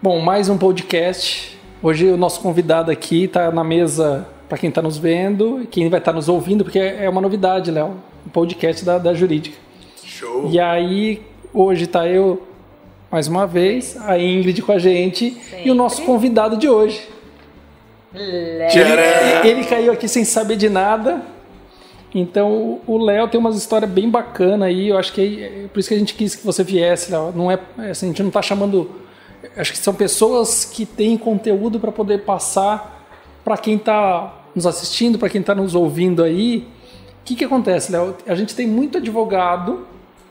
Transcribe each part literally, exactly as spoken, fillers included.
Bom, mais um podcast. Hoje o nosso convidado aqui está na mesa para quem está nos vendo e quem vai estar tá nos ouvindo, porque é uma novidade, Léo, o podcast da, da Jurídica. Show! E aí, hoje está eu, mais uma vez, a Ingrid com a gente. Sempre. E o nosso convidado de hoje. Ele, ele caiu aqui sem saber de nada. Então, o Léo tem umas histórias bem bacanas aí. Eu acho que é por isso que a gente quis que você viesse, Léo. Não é, assim, a gente não está chamando... Acho que são pessoas que têm conteúdo para poder passar para quem está nos assistindo, para quem está nos ouvindo aí. O que, que acontece, Léo? A gente tem muito advogado,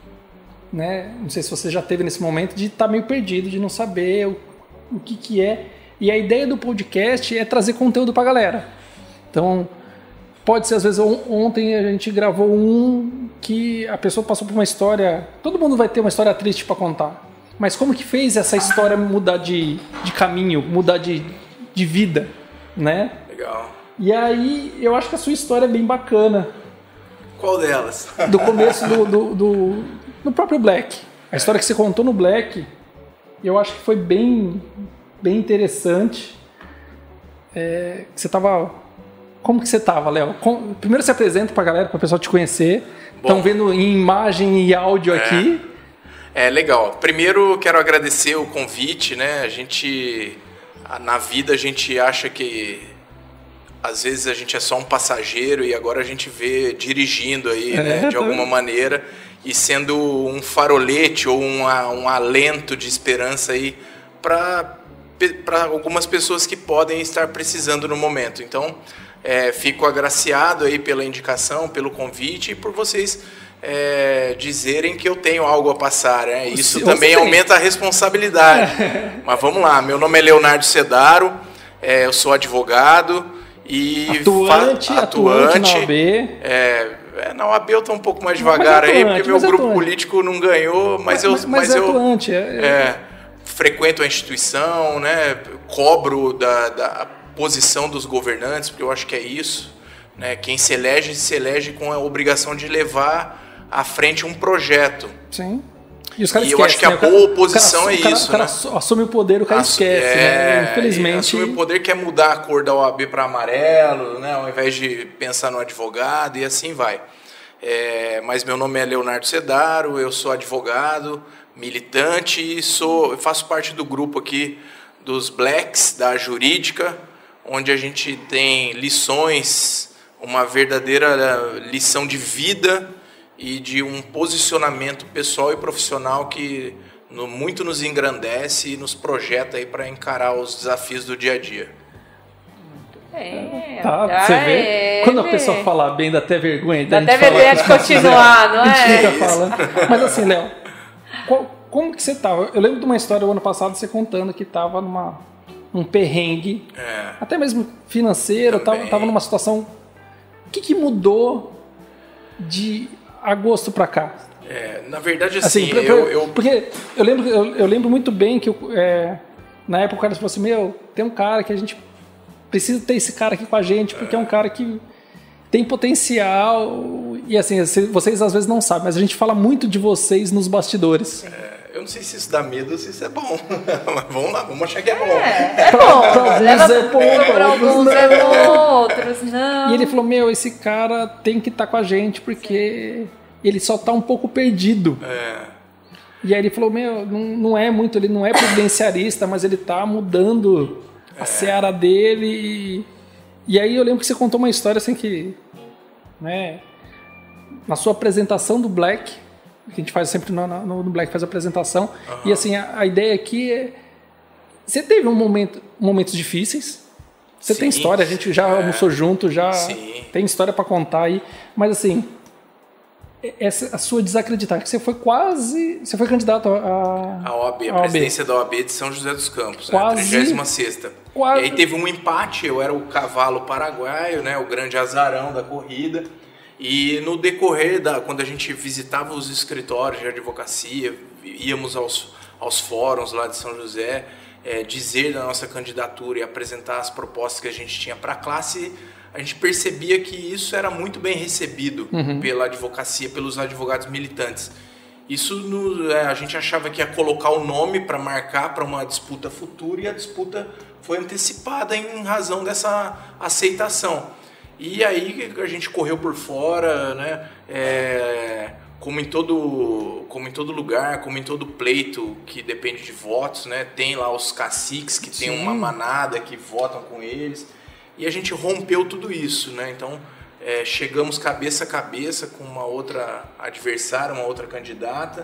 né? Não sei se você já teve nesse momento, de estar tá meio perdido, de não saber o, o que, que é. E a ideia do podcast é trazer conteúdo para a galera. Então, pode ser, às vezes, ontem a gente gravou um que a pessoa passou por uma história... Todo mundo vai ter uma história triste para contar. Mas como que fez essa história mudar de, de caminho, mudar de, de vida, né? Legal. E aí, eu acho que a sua história é bem bacana. Qual delas? Do começo do, do, do, do próprio Black. A história que você contou no Black, eu acho que foi bem, bem interessante. É, você tava... Como que você tava, Léo? Primeiro se apresenta pra galera, para o pessoal te conhecer. Estão vendo em imagem e áudio é. aqui. É, legal. Primeiro, quero agradecer o convite, né? A gente, na vida, a gente acha que às vezes a gente é só um passageiro e agora a gente vê dirigindo aí, é, né? De alguma maneira, e sendo um farolete ou um, um alento de esperança aí para para algumas pessoas que podem estar precisando no momento. Então, é, fico agraciado aí pela indicação, pelo convite e por vocês é, dizerem que eu tenho algo a passar. Né? Isso Você também aumenta a responsabilidade. Mas vamos lá, meu nome é Leonardo Sedaro, é, eu sou advogado e... Atuante, fa- atuante, atuante na O A B. É, é, na O A B eu estou um pouco mais devagar atuante, aí, porque meu grupo atuante. político não ganhou, mas, mas eu... Mas, mas mas é eu atuante, é... é frequento a instituição, né, cobro da, da posição dos governantes, porque eu acho que é isso, né, quem se elege, se elege com a obrigação de levar à frente um projeto. Sim. E, os caras e esquecem, eu acho que a né? boa oposição cara, é cara, isso. O cara, né? o cara assume o poder, o cara Assu- esquece, é, né? Infelizmente. Assume o poder, quer mudar a cor da O A B para amarelo, né, ao invés de pensar no advogado, e assim vai. É, mas meu nome é Leonardo Sedaro, eu sou advogado, militante e sou, faço parte do grupo aqui dos Blacks, da Jurídica, onde a gente tem lições, uma verdadeira lição de vida e de um posicionamento pessoal e profissional que no, muito nos engrandece e nos projeta aí para encarar os desafios do dia a dia. É, tá, você vê? É, Quando a pessoa fala bem, dá até vergonha. Dá até vergonha de continuar, não é? A gente fica falando. Mas assim, Léo, qual, como que você tava? Eu lembro de uma história do ano passado, você contando que tava numa, num perrengue, É. até mesmo financeiro, tava, tava numa situação... O que, que mudou de agosto pra cá? É, na verdade, assim, assim pra, eu, eu... Porque eu lembro, eu, eu lembro muito bem que eu, é, na época o cara falou assim, meu, tem um cara que a gente... Precisa ter esse cara aqui com a gente, porque é um cara que tem potencial. E assim, vocês às vezes não sabem, mas a gente fala muito de vocês nos bastidores. É, eu não sei se isso dá medo ou se isso é bom. Mas vamos lá, vamos achar que é bom. É, é bom. Pra alguns Leva, é bom, pra alguns é bom, outros não. E ele falou, meu, esse cara tem que estar tá com a gente, porque ele só tá um pouco perdido. É. E aí ele falou, meu, não, não é muito, ele não é previdenciarista, mas ele tá mudando... a seara dele e, e aí eu lembro que você contou uma história assim que, né, na sua apresentação do Black, que a gente faz sempre no, no, no Black, faz a apresentação, uhum. E assim, a, a ideia aqui é, você teve um momento, momentos difíceis, você Sim. tem história, a gente já é. almoçou junto, já Sim. tem história para contar aí, mas assim, essa, a sua desacreditar, que você foi quase, você foi candidato a... A O A B, a, a presidência da O A B de São José dos Campos, quase, né, trigésima sexta. Quase. E aí teve um empate, eu era o cavalo paraguaio, né, o grande azarão da corrida, e no decorrer, da, quando a gente visitava os escritórios de advocacia, íamos aos, aos fóruns lá de São José, é, dizer da nossa candidatura e apresentar as propostas que a gente tinha para a classe, a gente percebia que isso era muito bem recebido uhum. pela advocacia, pelos advogados militantes. Isso no, é, a gente achava que ia colocar o nome para marcar para uma disputa futura e a disputa foi antecipada em razão dessa aceitação. E aí a gente correu por fora, né? É, como, em todo, como em todo lugar, como em todo pleito que depende de votos, né? Tem lá os caciques que tem uma manada que votam com eles. E a gente rompeu tudo isso, né? Então é, chegamos cabeça a cabeça com uma outra adversária, uma outra candidata.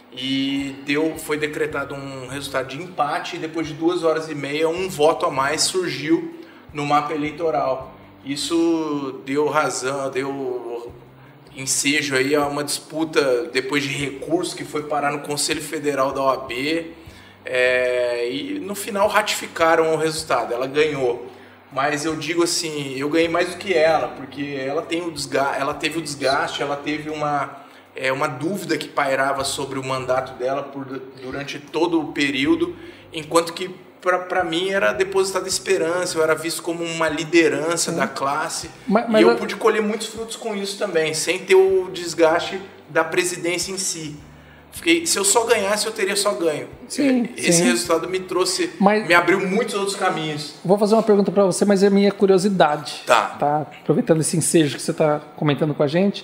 E deu, foi decretado um resultado de empate e depois de duas horas e meia um voto a mais surgiu no mapa eleitoral. Isso deu razão, deu ensejo aí a uma disputa depois de recurso que foi parar no Conselho Federal da O A B, é, e no final ratificaram o resultado, ela ganhou. Mas eu digo assim, eu ganhei mais do que ela, porque ela, tem o desgaste, ela teve o desgaste, ela teve uma, é, uma dúvida que pairava sobre o mandato dela por, durante todo o período, enquanto que para mim era depositada esperança, eu era visto como uma liderança, sim, da classe, mas, mas e eu, eu pude colher muitos frutos com isso também, sem ter o desgaste da presidência em si. Fiquei, se eu só ganhasse, eu teria só ganho. Sim, Esse sim. resultado me trouxe, mas, me abriu muitos outros caminhos. Vou fazer uma pergunta para você, mas é minha curiosidade. Tá. Tá? Aproveitando esse ensejo que você está comentando com a gente,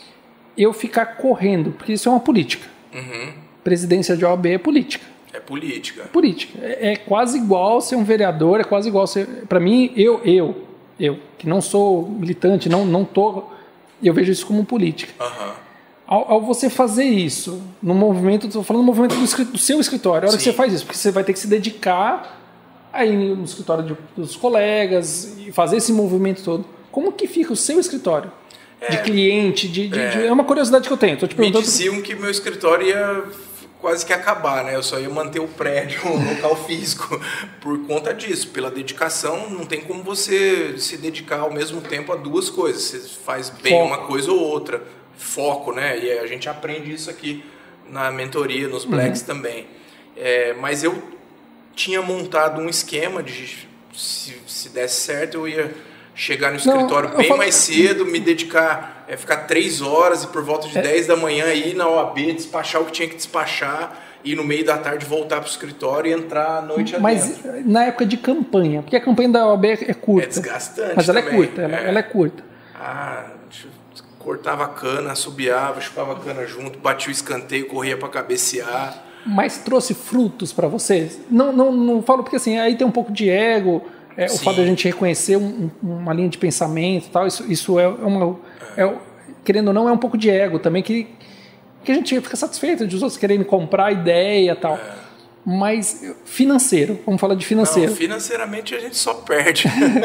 eu ficar correndo, porque isso é uma política. Uhum. Presidência de O A B é política. É política. Política. É, é quase igual ser um vereador, é quase igual ser... Para mim, eu, eu, eu, que não sou militante, não, não tô... Eu vejo isso como política. Uhum. Ao, ao você fazer isso, no movimento... Estou falando no movimento do, do seu escritório, a hora, sim, que você faz isso, porque você vai ter que se dedicar aí no escritório de, dos colegas e fazer esse movimento todo. Como que fica o seu escritório? É, de cliente, de, de, é. De, é uma curiosidade que eu tenho. Tô te perguntando... Me diziam que meu escritório ia... quase que acabar, né? Eu só ia manter o prédio, o local físico, por conta disso. Pela dedicação, não tem como você se dedicar ao mesmo tempo a duas coisas. Você faz bem foco. Uma coisa ou outra. Foco, né? E a gente aprende isso aqui na mentoria, nos Blacks, uhum, também. É, mas eu tinha montado um esquema de, se, se desse certo, eu ia chegar no escritório não, bem falo... mais cedo, me dedicar, é, ficar três horas e por volta de é. dez da manhã ir na O A B, despachar o que tinha que despachar e no meio da tarde voltar para o escritório e entrar à noite mas adentro. Na época de campanha, porque a campanha da O A B é curta. É desgastante. Mas ela também. é curta, ela é. ela é curta. Ah, cortava a cana, assobiava, chupava a cana junto, batia o escanteio, corria para cabecear. Mas trouxe frutos para vocês? Não, não, não falo porque assim, aí tem um pouco de ego. É, o fato de a gente reconhecer um, uma linha de pensamento e tal, isso, isso é uma... É. É, querendo ou não, é um pouco de ego também, que, que a gente fica satisfeito de os outros querendo comprar a ideia e tal. É. Mas financeiro, vamos falar de financeiro. Não, financeiramente a gente só perde.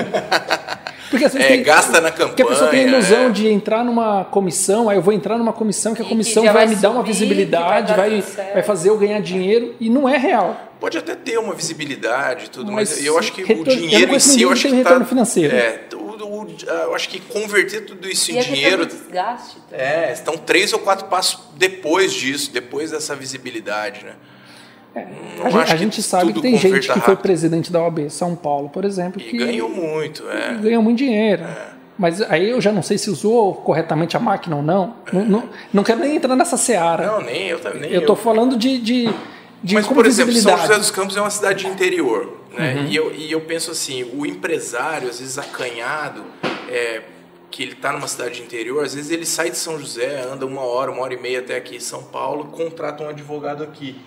Porque, assim, é, tem, gasta na campanha. Porque a pessoa tem a ilusão é. de entrar numa comissão, aí eu vou entrar numa comissão que a comissão vai, vai me dar uma visibilidade, vai, vai, vai fazer eu ganhar dinheiro, e não é real. Pode até ter uma visibilidade e tudo, mas, mas eu acho que retorno, o dinheiro em si, eu acho que retorno tá, financeiro. É, o, o, eu acho que converter tudo isso e em dinheiro... desgaste também. É, estão três ou quatro passos depois disso, depois dessa visibilidade, né? É, a gente, a gente sabe que tem gente que rápido. Foi presidente da O A B São Paulo, por exemplo, e que ganhou muito, é. ganhou muito dinheiro. É. Mas aí eu já não sei se usou corretamente a máquina ou não. É. Não, não, não quero nem entrar nessa seara. Não, nem eu também. Eu estou falando de, de, de Mas, por exemplo, São José dos Campos é uma cidade interior, né? Uhum. E, eu, e eu penso assim, o empresário, às vezes acanhado, é, que ele está numa cidade interior, às vezes ele sai de São José, anda uma hora, uma hora e meia até aqui em São Paulo, contrata um advogado aqui.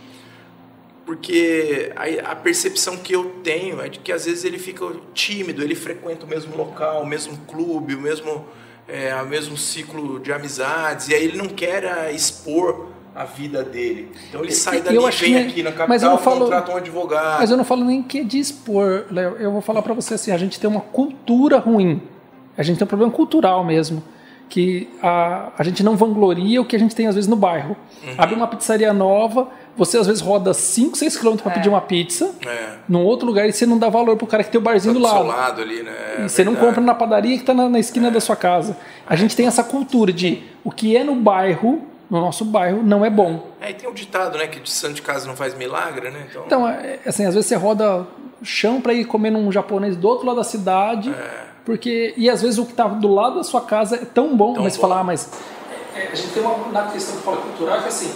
Porque a, a percepção que eu tenho é de que às vezes ele fica tímido, ele frequenta o mesmo local, o mesmo clube, o mesmo, é, o mesmo ciclo de amizades, e aí ele não quer expor a vida dele. Então ele sai dali, vem que, aqui na capital, falo, contrata um advogado. Mas eu não falo nem que é de expor, Léo. Eu vou falar para você assim, a gente tem uma cultura ruim. A gente tem um problema cultural mesmo. Que a, a gente não vangloria o que a gente tem às vezes no bairro. Uhum. Abre uma pizzaria nova, você às vezes roda cinco, seis quilômetros para é. pedir uma pizza, é. num outro lugar, e você não dá valor pro cara que tem o barzinho tá do lado. Do seu lado ali, né? É e você não compra na padaria que está na, na esquina é. da sua casa. A gente tem essa cultura de o que é no bairro, no nosso bairro, não é bom. É, e tem um ditado, né, que de santo de casa não faz milagre, né? Então, então é, assim, às vezes você roda chão para ir comer num japonês do outro lado da cidade, é. porque e às vezes o que está do lado da sua casa é tão bom, tão mas bom. falar, mas é, a gente tem uma, uma questão que fala cultural que assim,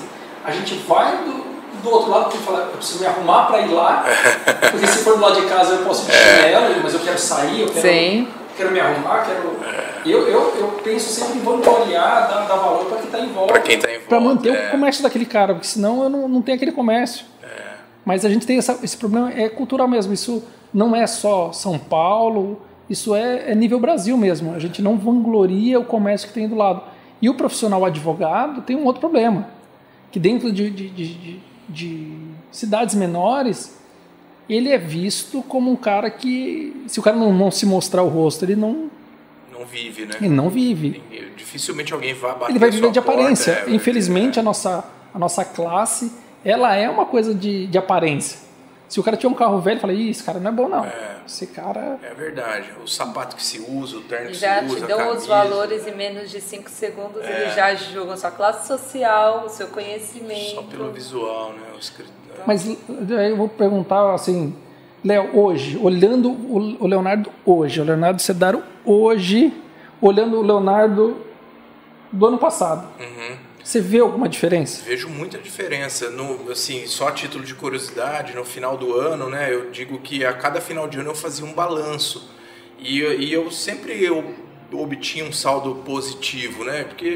a gente vai do, do outro lado porque fala, eu preciso me arrumar para ir lá, porque se for do lado de casa eu posso ir de chinelo, mas eu quero sair, eu quero, Sim. quero me arrumar, quero... Eu, eu, eu penso sempre em vangloriar, dar, dar valor para quem está em volta. Para quem está em volta. Para manter é. o comércio daquele cara, porque senão eu não, não tenho aquele comércio. É. Mas a gente tem essa, esse problema, é cultural mesmo, isso não é só São Paulo, isso é, é nível Brasil mesmo, a gente não vangloria o comércio que tem do lado. E o profissional advogado tem um outro problema, que dentro de, de, de, de, de cidades menores, ele é visto como um cara que, se o cara não, não se mostrar o rosto, ele não... Não vive, né? Ele não vive. Dificilmente alguém vai bater Ele vai viver sua de aparência. porta, é, Infelizmente, a nossa, a nossa classe, ela é uma coisa de, de aparência. Se o cara tiver um carro velho, fala, ih, esse cara não é bom não. É. Esse cara... É verdade. O sapato que se usa, o terno que Já se usa, te a dão camisa. os valores em menos de cinco segundos, É. ele já julga a sua classe social, o seu conhecimento. Só pelo visual, né? O escrito... Mas aí eu vou perguntar assim, Léo, hoje, olhando o Leonardo hoje, o Leonardo Sedaro hoje, olhando o Leonardo do ano passado, Uhum. você vê alguma diferença? Vejo muita diferença. No, assim, só a título de curiosidade, no final do ano, né, eu digo que a cada final de ano eu fazia um balanço. E, e eu sempre eu obtinha um saldo positivo, né? Porque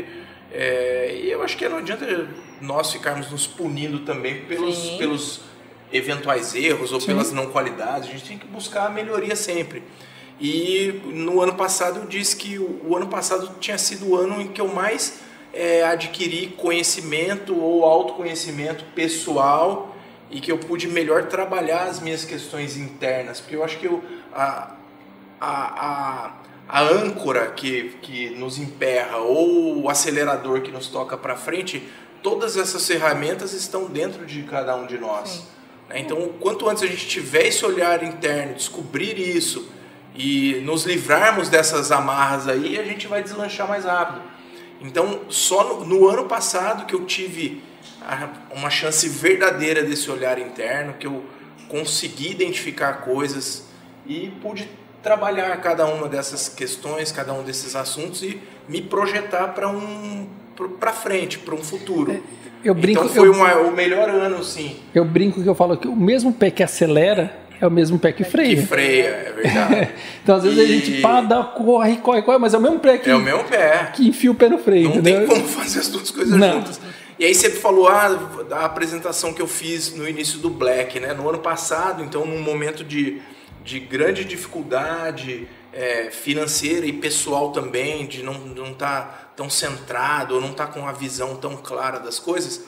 é, eu acho que não adianta nós ficarmos nos punindo também pelos, pelos eventuais erros ou Sim. pelas não qualidades. A gente tem que buscar a melhoria sempre. E no ano passado eu disse que o, o ano passado tinha sido o ano em que eu mais é, adquiri conhecimento ou autoconhecimento pessoal e que eu pude melhor trabalhar as minhas questões internas. Porque eu acho que eu, a, a, a, a âncora que, que nos emperra ou o acelerador que nos toca para frente, todas essas ferramentas estão dentro de cada um de nós. Sim. Então, quanto antes a gente tiver esse olhar interno, descobrir isso e nos livrarmos dessas amarras aí, a gente vai deslanchar mais rápido. Então, só no, no ano passado que eu tive a, uma chance verdadeira desse olhar interno, que eu consegui identificar coisas e pude trabalhar cada uma dessas questões, cada um desses assuntos e me projetar para um, para frente, para um futuro. Eu brinco, então foi eu, uma, o melhor ano, sim. Eu brinco que eu falo que o mesmo pé que acelera é o mesmo pé que freia. Que freia, é verdade. Então às vezes e... a gente pá, dá, corre, corre, corre, mas é o mesmo pé que, é o mesmo pé. que enfia o pé no freio. Não entendeu? tem como fazer as duas coisas Não. juntas. E aí você falou ah, da apresentação que eu fiz no início do Black, né? No ano passado, então num momento de, de grande dificuldade é, financeira e pessoal também, de não não estar tão centrado, ou não estar com a visão tão clara das coisas,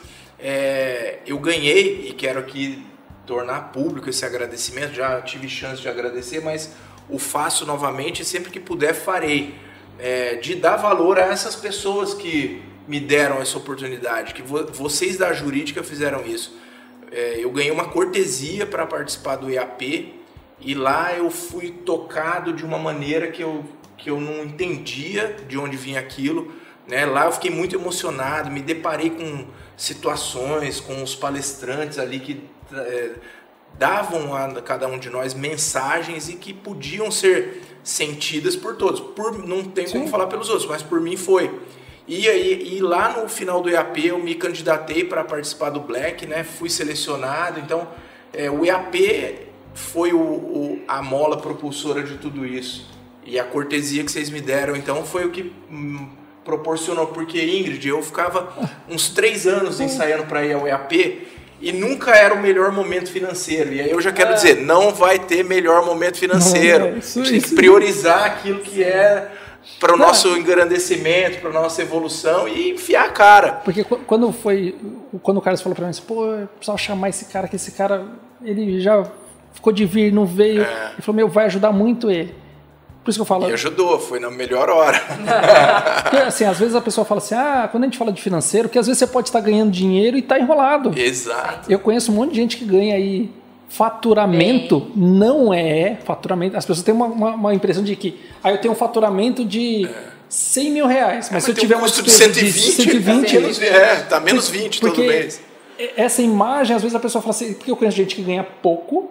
é, eu ganhei, e quero aqui tornar público esse agradecimento, já tive chance de agradecer, mas o faço novamente e sempre que puder farei, é, de dar valor a essas pessoas que me deram essa oportunidade, que vo- vocês da jurídica fizeram isso. É, eu ganhei uma cortesia para participar do E A P e lá eu fui tocado de uma maneira que eu, que eu não entendia de onde vinha aquilo, né? Lá eu fiquei muito emocionado, me deparei com situações, com os palestrantes ali que é, davam a cada um de nós mensagens e que podiam ser sentidas por todos. Por, não tem como Sim. falar pelos outros, mas por mim foi. E, aí, e lá no final do E A P eu me candidatei para participar do Black, né? Fui selecionado, então é, o E A P foi o, o, a mola propulsora de tudo isso. E a cortesia que vocês me deram, então, foi o que hum, proporcionou. Porque, Ingrid, eu ficava uns três anos ensaiando para ir ao E A P e nunca era o melhor momento financeiro. E aí eu já quero é. dizer, não vai ter melhor momento financeiro. Não, é isso, a gente tem que priorizar aquilo que é para o nosso engrandecimento, para a nossa evolução e enfiar a cara. Porque quando foi, quando o Carlos falou para mim assim, pô, eu precisava chamar esse cara, que esse cara, ele já ficou de vir, não veio. É. Ele falou, meu, vai ajudar muito ele. Por isso que eu falo... E ajudou, foi na melhor hora. Porque, assim, às vezes a pessoa fala assim, ah, quando a gente fala de financeiro, que às vezes você pode estar ganhando dinheiro e está enrolado. Exato. Eu conheço um monte de gente que ganha aí faturamento, Bem. não é faturamento. As pessoas têm uma, uma, uma impressão de que, ah, eu tenho um faturamento de é. cem mil reais, mas, é, mas se eu tiver um custo de cento e vinte, de cento e vinte tá menos, é, tá menos vinte todo mês. Essa imagem, às vezes a pessoa fala assim, porque eu conheço gente que ganha pouco,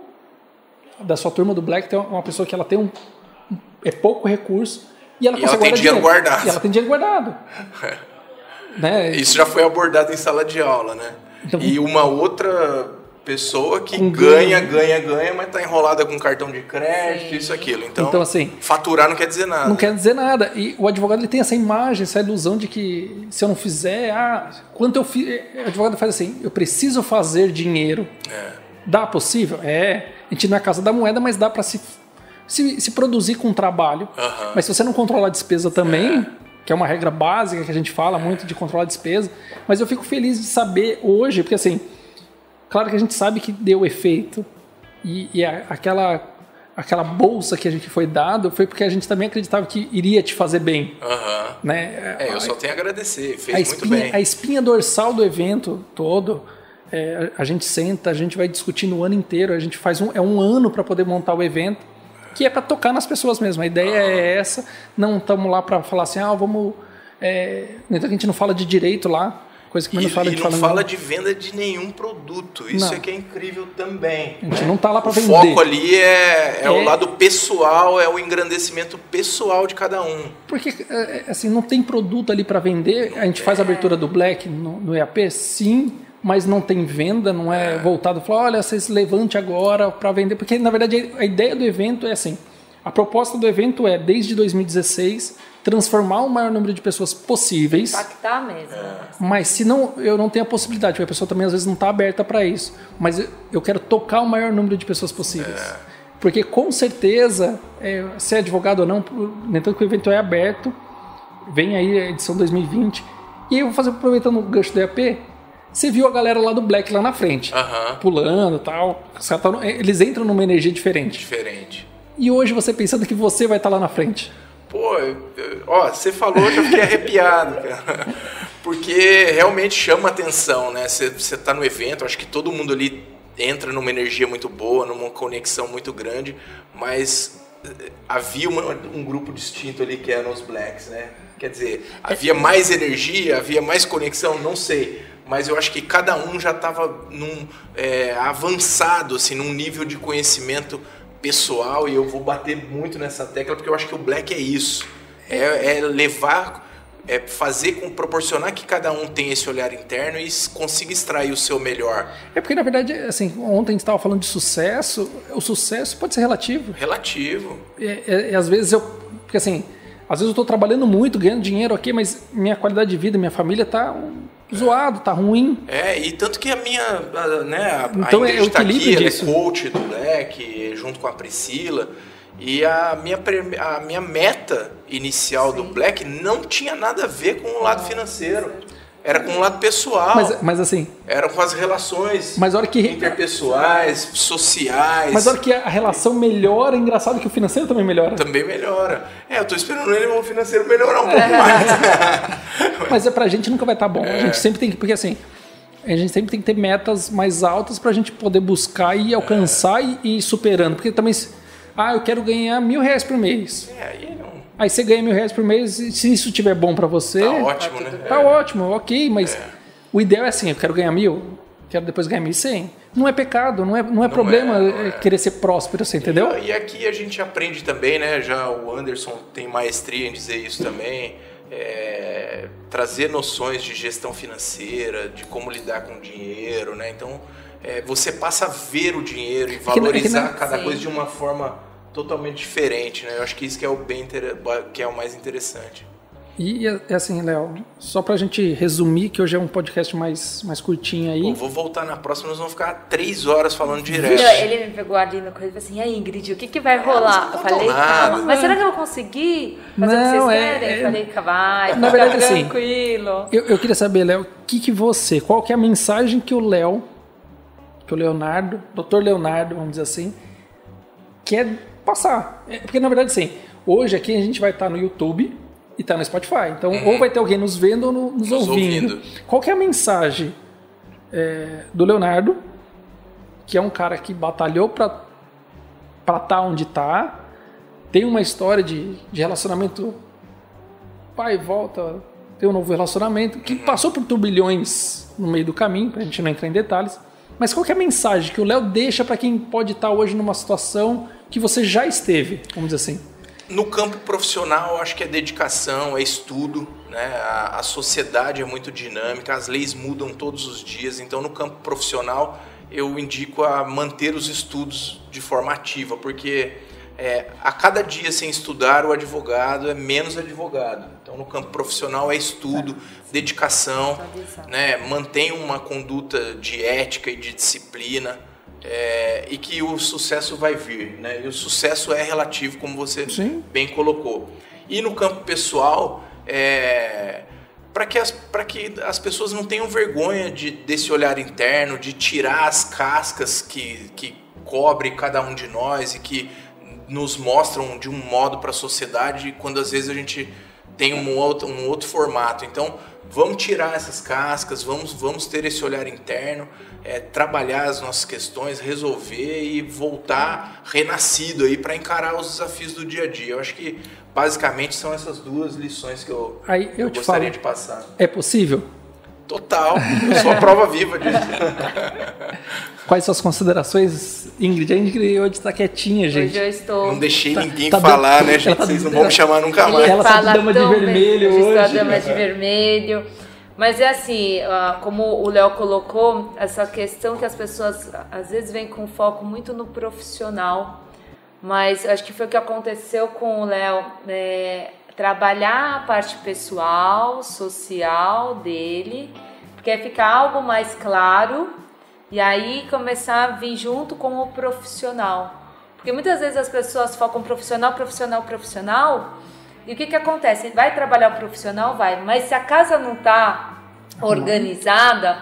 da sua turma do Black, tem uma pessoa que ela tem um é pouco recurso e ela, e ela tem dinheiro, dinheiro guardado. E ela tem dinheiro guardado. É. Né? Isso já foi abordado em sala de aula, né? Então, e uma outra pessoa que ganha, ganha, ganha, mas tá enrolada com cartão de crédito, sim, isso, aquilo. Então, então assim, faturar não quer dizer nada. Não quer dizer nada. E o advogado ele tem essa imagem, essa ilusão de que se eu não fizer, ah, quanto eu fiz... O advogado faz assim, eu preciso fazer dinheiro. É. Dá possível? É. A gente não é a casa da moeda, mas dá para se, se, se produzir com trabalho. Uh-huh. Mas se você não controlar a despesa também, é. que é uma regra básica que a gente fala muito de controlar a despesa, mas eu fico feliz de saber hoje, porque assim... Claro que a gente sabe que deu efeito e, e a, aquela, aquela bolsa que a gente foi dado foi porque a gente também acreditava que iria te fazer bem. Uhum. Né? É, eu só tenho a agradecer, fez a muito espinha, bem. A espinha dorsal do evento todo, é, a, a gente senta, a gente vai discutindo o ano inteiro, a gente faz um, é um ano para poder montar o evento, que é para tocar nas pessoas mesmo. A ideia uhum. é essa, não estamos lá para falar assim, ah, vamos... É, então a gente não fala de direito lá, coisa que e, não fala e de não fala fala de venda de nenhum produto. Isso não. é que é incrível também. A gente não está lá para vender. O foco ali é, é, é o lado pessoal, é o engrandecimento pessoal de cada um. Porque assim, não tem produto ali para vender. A gente é. faz a abertura do Black no, no E A P, sim, mas não tem venda, não é, é. voltado para falar, olha, vocês levante agora para vender. Porque, na verdade, a ideia do evento é assim, a proposta do evento é, desde dois mil e dezesseis... transformar o maior número de pessoas possíveis. Impactar mesmo. É. Mas se não, eu não tenho a possibilidade, porque a pessoa também às vezes não está aberta para isso. Mas eu, eu quero tocar o maior número de pessoas possíveis. É. Porque com certeza, é, se é advogado ou não, nem tanto que o evento é aberto, vem aí a edição dois mil e vinte. E aí eu vou fazer, aproveitando o gancho do E A P, você viu a galera lá do Black lá na frente, uh-huh. pulando e tal. Eles entram numa energia diferente. Diferente. E hoje você pensando que você vai estar lá na frente. Pô, ó, você falou, eu já fiquei arrepiado, cara. Porque realmente chama atenção, né? Você, você tá no evento, acho que todo mundo ali entra numa energia muito boa, numa conexão muito grande, mas havia uma, um grupo distinto ali que eram os Blacks, né? Quer dizer, havia mais energia, havia mais conexão, não sei. Mas eu acho que cada um já estava num, é, avançado, assim, num nível de conhecimento pessoal, e eu vou bater muito nessa tecla porque eu acho que o Black é isso, é, é levar, é fazer com, proporcionar que cada um tenha esse olhar interno e consiga extrair o seu melhor. É porque na verdade, assim, ontem a gente estava falando de sucesso, o sucesso pode ser relativo. Relativo. É, é, é, às vezes eu, porque assim, às vezes eu estou trabalhando muito, ganhando dinheiro aqui, mas minha qualidade de vida, minha família está zoado, tá ruim. É, e tanto que a minha, a, né, a, então, a Ingrid é tá aqui, ela é disso. coach do Black, junto com a Priscila, e a minha, a minha meta inicial Sim. do Black não tinha nada a ver com o lado financeiro. Era com o lado pessoal. Mas, mas assim... Era com as relações mas a hora que, interpessoais, sociais. Mas a hora que a relação melhora, é engraçado que o financeiro também melhora. Também melhora. É, eu tô esperando ele o financeiro melhorar um pouco é. mais. Mas é pra gente nunca vai estar bom. É. A gente sempre tem que... Porque assim, a gente sempre tem que ter metas mais altas pra gente poder buscar e alcançar é. e ir superando. Porque também... Ah, eu quero ganhar mil reais por mês. É, aí não... Aí você ganha mil reais por mês, e se isso estiver bom pra você... Tá ótimo, tá, né? Tá é. ótimo, ok, mas é. o ideal é assim, eu quero ganhar mil, quero depois ganhar mil e cem. Não é pecado, não é, não é não problema é, não é. querer ser próspero, assim, entendeu? E, e aqui a gente aprende também, né? Já o Anderson tem maestria em dizer isso também. É, trazer noções de gestão financeira, de como lidar com o dinheiro, né? Então, é, você passa a ver o dinheiro e valorizar é que, é que, cada sim. coisa de uma forma... totalmente diferente, né? Eu acho que isso que é o bem inter... que é o mais interessante. E é assim, Léo, só pra gente resumir, que hoje é um podcast mais, mais curtinho aí. Pô, vou voltar na próxima, nós vamos ficar três horas falando direto. Ele me pegou ali no coisa e falou assim, e aí, Ingrid, o que, que vai rolar? Eu falei, calma, mas será que eu vou conseguir fazer não, o que vocês é, querem? É... Eu falei, vai, na verdade, tranquilo. Assim, eu, eu queria saber, Léo, o que, que você, qual que é a mensagem que o Léo, que o Leonardo, doutor Leonardo, vamos dizer assim, quer passar? Porque, na verdade, assim, hoje aqui a gente vai estar no YouTube e tá no Spotify. Então, uhum. ou vai ter alguém nos vendo ou no, nos, nos ouvindo. ouvindo. Qual que é a mensagem é, do Leonardo, que é um cara que batalhou para estar tá onde está, tem uma história de, de relacionamento, vai e volta, tem um novo relacionamento, que uhum. passou por turbilhões no meio do caminho, pra gente não entrar em detalhes. Mas qual que é a mensagem que o Léo deixa para quem pode estar hoje numa situação que você já esteve, vamos dizer assim? No campo profissional, acho que é dedicação, é estudo, né? né? A, a sociedade é muito dinâmica, as leis mudam todos os dias, então no campo profissional eu indico a manter os estudos de forma ativa, porque é, a cada dia sem estudar o advogado é menos advogado. Então no campo profissional é estudo, é. dedicação, né? Mantenha uma conduta de ética e de disciplina, é, e que o sucesso vai vir, né? E o sucesso é relativo, como você Sim. bem colocou. E no campo pessoal, é, para que, as, para que as pessoas não tenham vergonha de, desse olhar interno, de tirar as cascas que, que cobre cada um de nós e que nos mostram de um modo para a sociedade, quando às vezes a gente tem um outro, um outro formato. Então, vamos tirar essas cascas, vamos, vamos ter esse olhar interno, é, trabalhar as nossas questões, resolver e voltar renascido aí para encarar os desafios do dia a dia. Eu acho que basicamente são essas duas lições que eu, aí eu, eu gostaria falo, de passar. É possível? Total, eu sou a prova viva disso. Quais suas considerações, Ingrid? A Ingrid hoje está quietinha, gente. Hoje eu estou... Não deixei tá, ninguém tá falar, do... né, gente? Tá Vocês não vão me chamar nunca mais. Ela está de dama de vermelho hoje. Estou dama de vermelho. Mas é assim, como o Léo colocou, essa questão que as pessoas às vezes vêm com foco muito no profissional, mas acho que foi o que aconteceu com o Léo, é, trabalhar a parte pessoal, social dele, porque é ficar algo mais claro e aí começar a vir junto com o profissional. Porque muitas vezes as pessoas focam profissional, profissional, profissional, e o que que acontece? Vai trabalhar o profissional? Vai, mas se a casa não está organizada,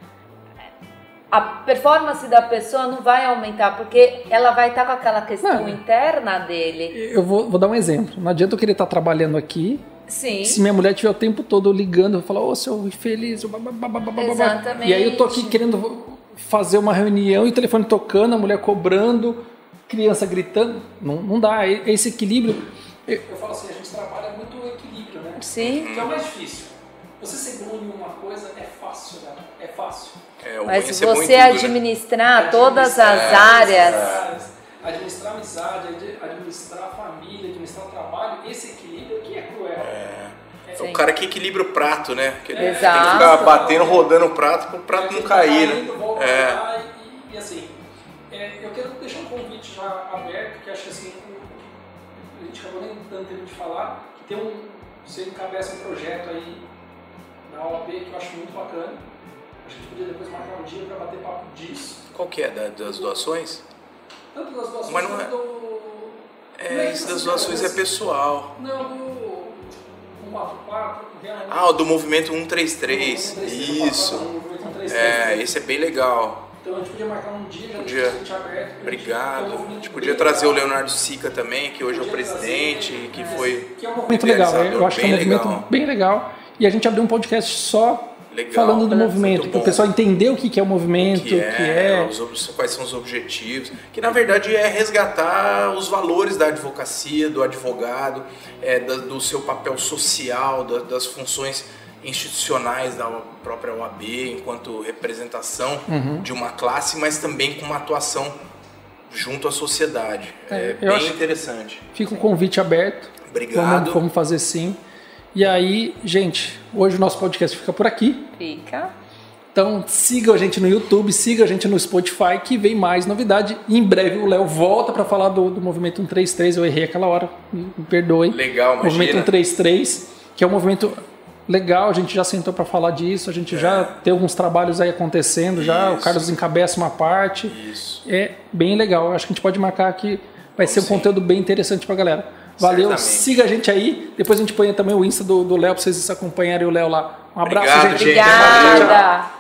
a performance da pessoa não vai aumentar, porque ela vai estar com aquela questão não, interna dele. Eu vou, vou dar um exemplo. Não adianta eu querer estar trabalhando aqui, Sim. se minha mulher tiver o tempo todo ligando, eu vou falar, ô, seu infeliz, Exatamente. E aí eu tô aqui querendo fazer uma reunião e o telefone tocando, a mulher cobrando, criança gritando. Não, não dá, esse equilíbrio... Eu, eu falo assim, a gente trabalha muito o equilíbrio, né? Sim. Que é o mais difícil. Você ser bom em uma coisa é fácil, né? É fácil. É, Mas você muito, administrar né? todas administrar, as áreas... áreas... Administrar a amizade, administrar a família, administrar o trabalho, esse equilíbrio que é cruel. É, é o cara que equilibra o prato, né? Que é. Exato. Tem que ficar batendo, rodando o prato para o prato é, não cair, né? Volta é. Lá e, e assim, é, eu quero deixar um convite já aberto, que acho que assim... A gente acabou nem dando tempo de falar, que tem um, você encabeça um projeto aí na O A B que eu acho muito bacana. A gente podia depois marcar um dia para bater papo disso. Qual que é? Da, das doações? Tanto das doações Mas não é... do... É, é isso das doações é pessoal. Não, do... cento e quarenta e quatro... Ah, o do Movimento cento e trinta e três. Isso. É, esse é bem legal. Então a gente podia marcar um dia, já podia. Deixar aberto. Obrigado. A gente podia trazer legal. O Leonardo Sica também, que hoje é o presidente, trazer, que é, foi... Que é um movimento legal, eu acho que é um movimento legal. bem legal. E a gente abriu um podcast só legal. falando do movimento, para o pessoal entender o que é o movimento, o que é, que é. Os, quais são os objetivos, que na verdade é resgatar os valores da advocacia, do advogado, é, da, do seu papel social, da, das funções institucionais da própria O A B, enquanto representação uhum. de uma classe, mas também com uma atuação junto à sociedade. É, é bem interessante. Fica o convite aberto. Obrigado. Vamos, vamos fazer sim. E aí, gente, hoje o nosso podcast fica por aqui. Fica. Então sigam a gente no YouTube, sigam a gente no Spotify, que vem mais novidade. E em breve o Léo volta para falar do, do Movimento cento e trinta e três. Eu errei aquela hora, me, me perdoem. Legal, imagina. Movimento cento e trinta e três, que é um movimento... legal, a gente já sentou para falar disso, a gente é. já tem alguns trabalhos aí acontecendo, Isso. já o Carlos encabeça uma parte. Isso. É bem legal, acho que a gente pode marcar que vai Bom, ser um sim. conteúdo bem interessante pra galera. Valeu, Certamente. Siga a gente aí, depois a gente põe também o Insta do Léo para vocês acompanharem o Léo lá. Um abraço, Obrigado, gente. Obrigada.